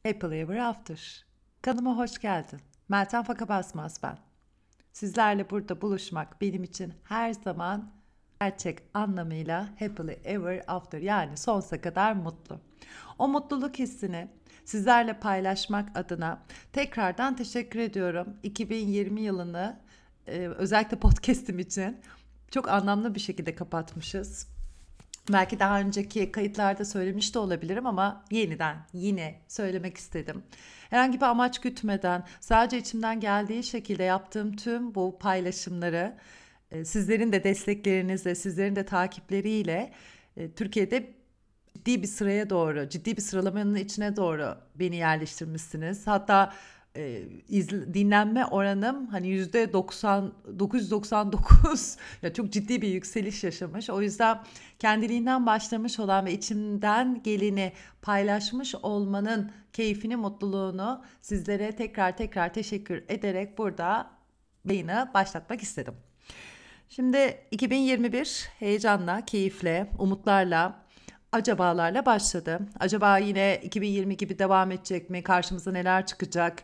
Happily Ever After. Kanalıma hoş geldin. Meltem Faka Basmaz ben. Sizlerle burada buluşmak benim için her zaman gerçek anlamıyla happily ever after, yani sonsuza kadar mutlu. O mutluluk hissini sizlerle paylaşmak adına tekrardan teşekkür ediyorum. 2020 yılını özellikle podcast'im için çok anlamlı bir şekilde kapatmışız. Belki daha önceki kayıtlarda söylemiş de olabilirim ama yeniden yine söylemek istedim. Herhangi bir amaç gütmeden sadece içimden geldiği şekilde yaptığım tüm bu paylaşımları sizlerin de desteklerinizle, sizlerin de takipleriyle Türkiye'de ciddi bir sıralamanın içine doğru beni yerleştirmişsiniz. Hatta dinlenme oranım hani %90, 999 ya çok ciddi bir yükseliş yaşamış. O yüzden kendiliğinden başlamış olan ve içimden geleni paylaşmış olmanın keyfini, mutluluğunu sizlere tekrar teşekkür ederek burada yayını başlatmak istedim. Şimdi 2021 heyecanla, keyifle, umutlarla, acabalarla başladı. Acaba yine 2020 gibi devam edecek mi? Karşımıza neler çıkacak?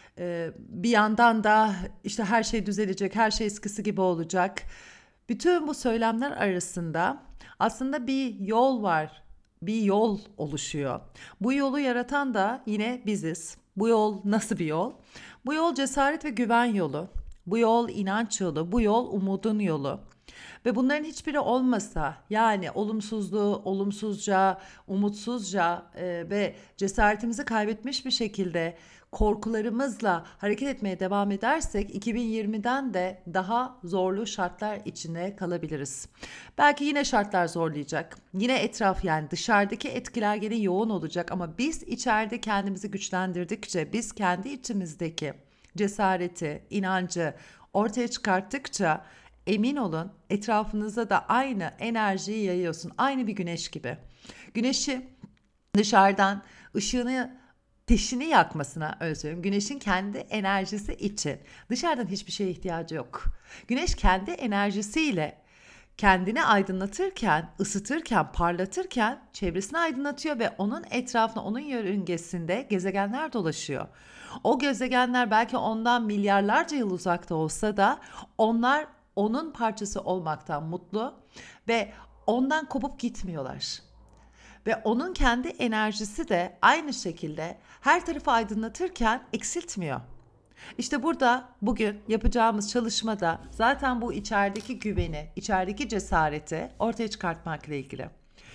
Bir yandan da işte her şey düzelecek, her şey eskisi gibi olacak. Bütün bu söylemler arasında aslında bir yol var, bir yol oluşuyor. Bu yolu yaratan da yine biziz. Bu yol nasıl bir yol? Bu yol cesaret ve güven yolu. Bu yol inanç yolu, bu yol umudun yolu. Ve bunların hiçbiri olmasa, yani olumsuzluğu, olumsuzca, umutsuzca ve cesaretimizi kaybetmiş bir şekilde korkularımızla hareket etmeye devam edersek 2020'den de daha zorlu şartlar içine kalabiliriz. Belki yine şartlar zorlayacak. Yine etraf, yani dışarıdaki etkiler gene yoğun olacak ama biz içeride kendimizi güçlendirdikçe, biz kendi içimizdeki cesareti, inancı ortaya çıkarttıkça emin olun etrafınıza da aynı enerjiyi yayıyorsun. Aynı bir güneş gibi. Güneşi dışarıdan ışığını, ateşini yakmasına özlüyorum. Güneşin kendi enerjisi için dışarıdan hiçbir şeye ihtiyacı yok. Güneş kendi enerjisiyle kendini aydınlatırken, ısıtırken, parlatırken çevresini aydınlatıyor ve onun etrafında, onun yörüngesinde gezegenler dolaşıyor. O gezegenler belki ondan milyarlarca yıl uzakta olsa da onlar onun parçası olmaktan mutlu ve ondan kopup gitmiyorlar. Ve onun kendi enerjisi de aynı şekilde her tarafı aydınlatırken eksiltmiyor. İşte burada bugün yapacağımız çalışmada zaten bu içerideki güveni, içerideki cesareti ortaya çıkartmakla ilgili.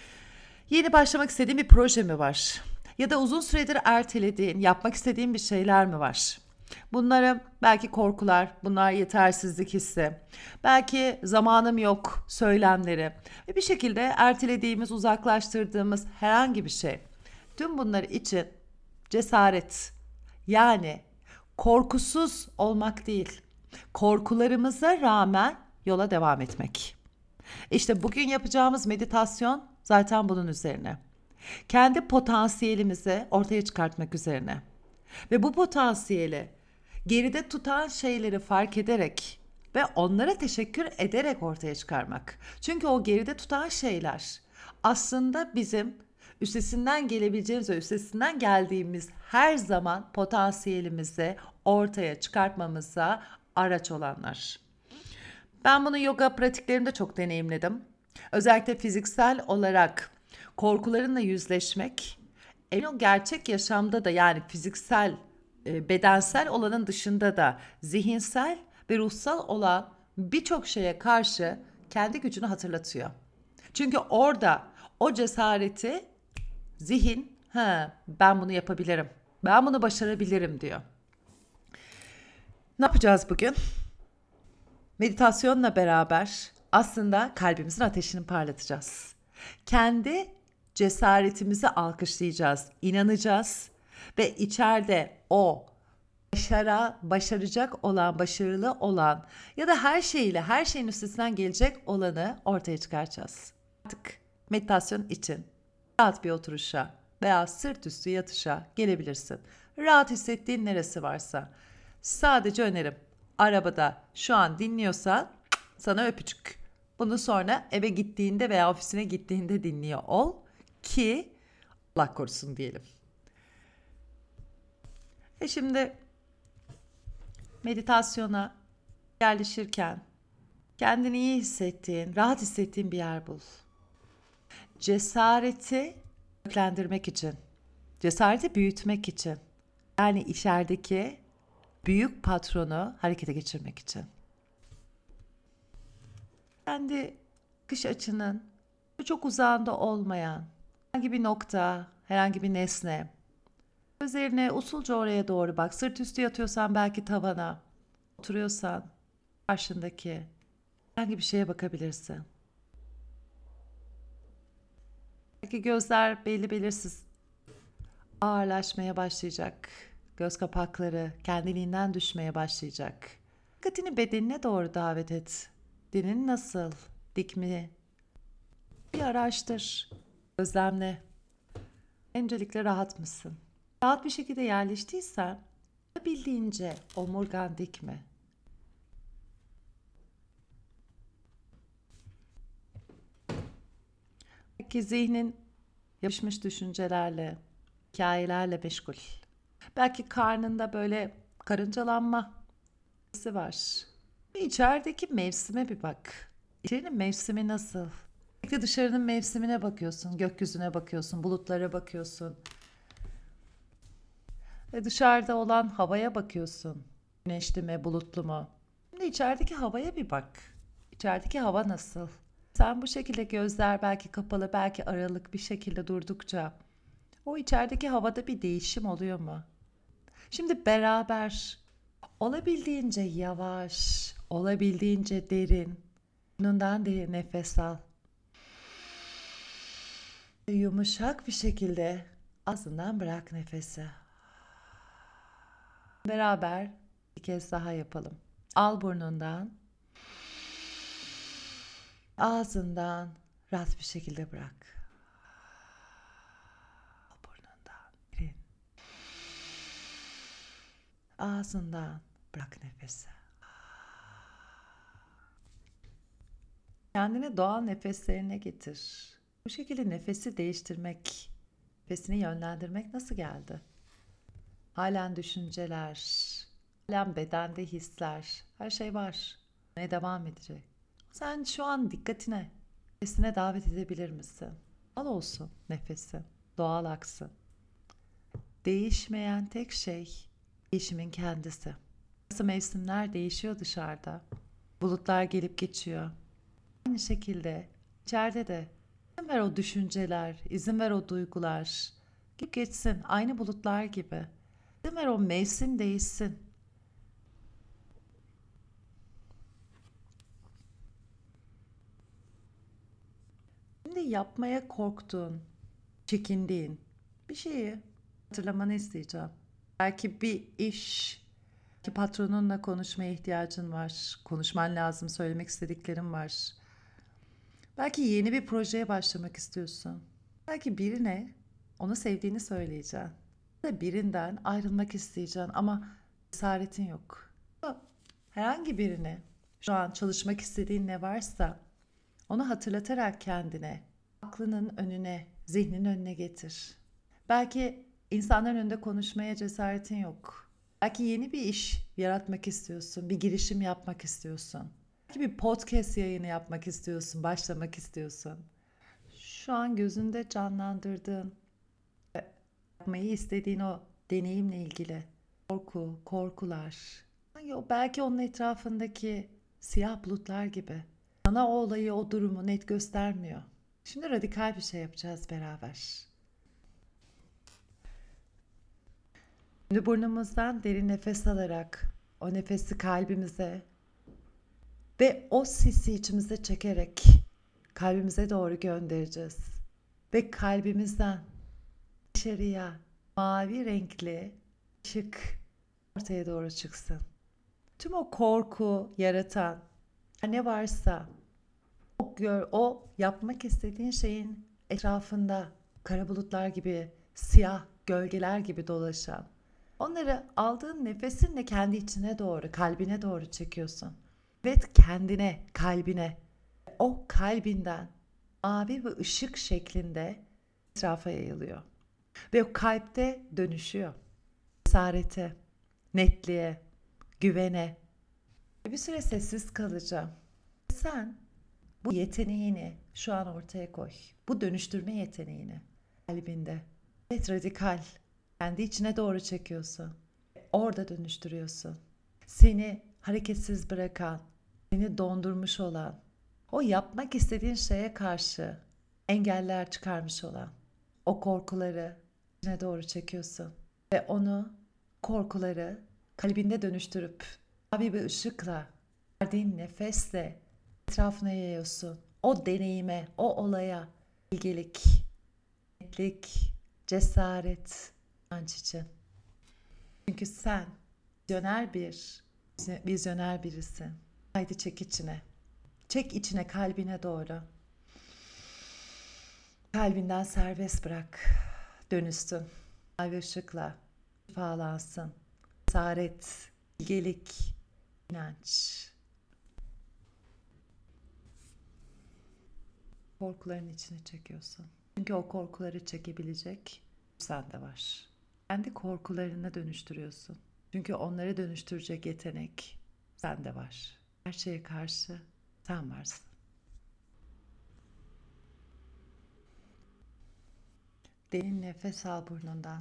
Yeni başlamak istediğin bir proje mi var? Ya da uzun süredir ertelediğin, yapmak istediğin bir şeyler mi var? Bunları belki korkular, bunlar yetersizlik hissi, belki zamanım yok söylemleri ve bir şekilde ertelediğimiz, uzaklaştırdığımız herhangi bir şey. Tüm bunlar için cesaret, yani korkusuz olmak değil, korkularımıza rağmen yola devam etmek. İşte bugün yapacağımız meditasyon zaten bunun üzerine. Kendi potansiyelimizi ortaya çıkartmak üzerine. Ve bu potansiyeli geride tutan şeyleri fark ederek ve onlara teşekkür ederek ortaya çıkarmak. Çünkü o geride tutan şeyler aslında bizim üstesinden gelebileceğimiz ve üstesinden geldiğimiz her zaman potansiyelimizi ortaya çıkartmamıza araç olanlar. Ben bunu yoga pratiklerimde çok deneyimledim. Özellikle fiziksel olarak korkularınla yüzleşmek, o gerçek yaşamda da, yani fiziksel, bedensel olanın dışında da zihinsel ve ruhsal olan birçok şeye karşı kendi gücünü hatırlatıyor. Çünkü orada o cesareti zihin, ben bunu yapabilirim, ben bunu başarabilirim diyor. Ne yapacağız bugün? Meditasyonla beraber aslında kalbimizin ateşini parlatacağız. Kendi cesaretimizi alkışlayacağız, inanacağız ve içeride o başaracak olan, başarılı olan ya da her şeyin üstesinden gelecek olanı ortaya çıkaracağız. Artık meditasyon için rahat bir oturuşa veya sırt üstü yatışa gelebilirsin. Rahat hissettiğin neresi varsa. Sadece önerim, arabada şu an dinliyorsan sana öpücük. Bunu sonra eve gittiğinde veya ofisine gittiğinde dinliyor ol ki Allah korusun diyelim. Şimdi meditasyona yerleşirken kendini iyi hissettiğin, rahat hissettiğin bir yer bul. Cesareti köklendirmek için, cesareti büyütmek için, yani içerideki büyük patronu harekete geçirmek için. Kendi bakış açının çok uzağında olmayan herhangi bir nokta, herhangi bir nesne. Gözlerine usulca oraya doğru bak. Sırt üstü yatıyorsan belki tavana, oturuyorsan karşındaki herhangi bir şeye bakabilirsin. Belki gözler belli belirsiz ağırlaşmaya başlayacak. Göz kapakları kendiliğinden düşmeye başlayacak. Dikkatini bedenine doğru davet et. Bedenin nasıl? Dik mi? Bir araştır. Gözlemle. Öncelikle rahat mısın? Rahat bir şekilde yerleştiysen bildiğince omurgan dik mi? Belki zihnin yapışmış düşüncelerle, hikayelerle meşgul. Belki karnında böyle karıncalanma hissi var. Bir içerideki mevsime bir bak. İçerinin mevsimi nasıl? Belki dışarının mevsimine bakıyorsun, gökyüzüne bakıyorsun, bulutlara bakıyorsun. Ve dışarıda olan havaya bakıyorsun. Güneşli mi, bulutlu mu? Şimdi içerideki havaya bir bak. İçerideki hava nasıl? Sen bu şekilde gözler belki kapalı, belki aralık bir şekilde durdukça o içerideki havada bir değişim oluyor mu? Şimdi beraber olabildiğince yavaş, olabildiğince derin, burnundan derin nefes al. Yumuşak bir şekilde ağzından bırak nefesi. Beraber bir kez daha yapalım. Al burnundan, ağzından rahat bir şekilde bırak. Al burnundan, derin. Ağzından bırak nefesi. Kendini doğal nefeslerine getir. Bu şekilde nefesi değiştirmek, nefesini yönlendirmek nasıl geldi? Halen düşünceler, halen bedende hisler, her şey var. Ne devam edecek? Sen şu an dikkatine, nefesine davet edebilir misin? Doğal olsun nefesi, doğal aksın. Değişmeyen tek şey değişimin kendisi. Nasıl mevsimler değişiyor dışarıda, bulutlar gelip geçiyor. Aynı şekilde içeride de izin ver o düşünceler, izin ver o duygular. Gelip geçsin aynı bulutlar gibi. İzin ver o mevsim değişsin. Şimdi yapmaya korktuğun, çekindiğin bir şeyi hatırlamanı isteyeceğim. Belki bir iş, belki patronunla konuşmaya ihtiyacın var. Konuşman lazım, söylemek istediklerin var. Belki yeni bir projeye başlamak istiyorsun. Belki birine onu sevdiğini söyleyeceksin. Ya da birinden ayrılmak isteyeceksin ama cesaretin yok. Herhangi birine şu an çalışmak istediğin ne varsa onu hatırlatarak kendine, aklının önüne, zihnin önüne getir. Belki insanların önünde konuşmaya cesaretin yok. Belki yeni bir iş yaratmak istiyorsun, bir girişim yapmak istiyorsun. Belki bir podcast yayını yapmak istiyorsun, başlamak istiyorsun. Şu an gözünde canlandırdığın, yapmayı istediğin o deneyimle ilgili korku, korkular. Belki onun etrafındaki siyah bulutlar gibi. Sana o olayı, o durumu net göstermiyor. Şimdi radikal bir şey yapacağız beraber. Şimdi burnumuzdan derin nefes alarak o nefesi kalbimize ve o sisi içimize çekerek kalbimize doğru göndereceğiz. Ve kalbimizden dışarıya mavi renkli ışık ortaya doğru çıksın. Tüm o korku yaratan ne varsa o yapmak istediğin şeyin etrafında kara bulutlar gibi, siyah gölgeler gibi dolaşan. Onları aldığın nefesinle kendi içine doğru, kalbine doğru çekiyorsun. Ve kendine, kalbine, o kalbinden mavi ve ışık şeklinde etrafa yayılıyor. Ve o kalpte dönüşüyor. cesarete, netliğe, güvene. Bir süre sessiz kalacağım. Sen bu yeteneğini şu an ortaya koy. Bu dönüştürme yeteneğini kalbinde. Evet, radikal. Kendi içine doğru çekiyorsun. Orada dönüştürüyorsun. Seni hareketsiz bırakan, seni dondurmuş olan, o yapmak istediğin şeye karşı engeller çıkarmış olan o korkuları içine doğru çekiyorsun. Ve onu, korkuları kalbinde dönüştürüp mavi bir ışıkla, verdiğin nefesle etrafına yayıyorsun. O deneyime, o olaya bilgelik, netlik, cesaret, inanç için. Çünkü sen vizyoner birisin. Haydi çek içine. Çek içine, kalbine doğru. Kalbinden serbest bırak. Dönüşsün. Mavi ışıkla şifalansın. Cesaret, bilgelik, inanç. Korkuların içine çekiyorsun. Çünkü o korkuları çekebilecek sende var. Kendi korkularını dönüştürüyorsun. Çünkü onları dönüştürecek yetenek sende var. Her şeye karşı sen varsın. Derin nefes al burnundan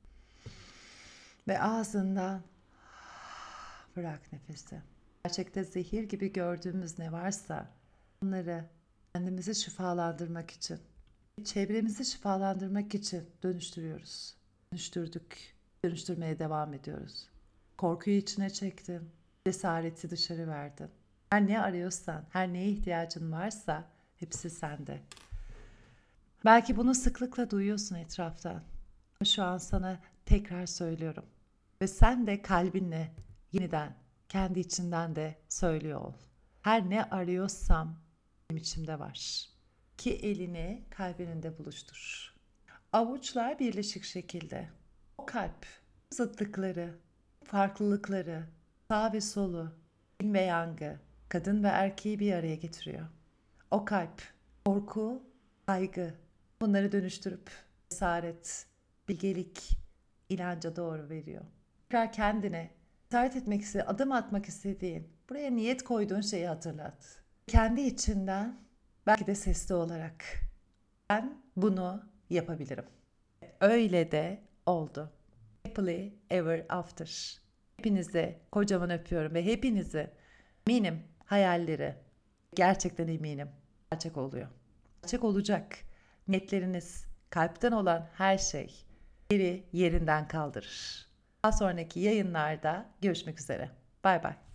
ve ağzından bırak nefesi. Gerçekte zehir gibi gördüğümüz ne varsa onları kendimizi şifalandırmak için, çevremizi şifalandırmak için dönüştürüyoruz. Dönüştürdük, dönüştürmeye devam ediyoruz. Korkuyu içine çektin, cesareti dışarı verdin. Her ne arıyorsan, her neye ihtiyacın varsa hepsi sende. Belki bunu sıklıkla duyuyorsun etraftan. Şu an sana tekrar söylüyorum. Ve sen de kalbinle yeniden, kendi içinden de söylüyor ol. Her ne arıyorsam benim içimde var. İki elini kalbinde buluştur. Avuçlar birleşik şekilde. O kalp zıtlıkları, farklılıkları, sağ ve solu, yin ve yangı, kadın ve erkeği bir araya getiriyor. O kalp korku, kaygı, bunları dönüştürüp cesaret, bilgelik, inanca doğru veriyor. Tekrar kendine cesaret etmek istediğin, adım atmak istediğin, buraya niyet koyduğun şeyi hatırlat. Kendi içinden, belki de sesli olarak, ben bunu yapabilirim. Öyle de oldu. Happily ever after. Hepinizi kocaman öpüyorum ve hepinizi eminim hayalleri, gerçekten eminim, gerçek oluyor. Gerçek olacak. Niyetleriniz, kalpten olan her şey yerinden kaldırır. Daha sonraki yayınlarda görüşmek üzere. Bay bay.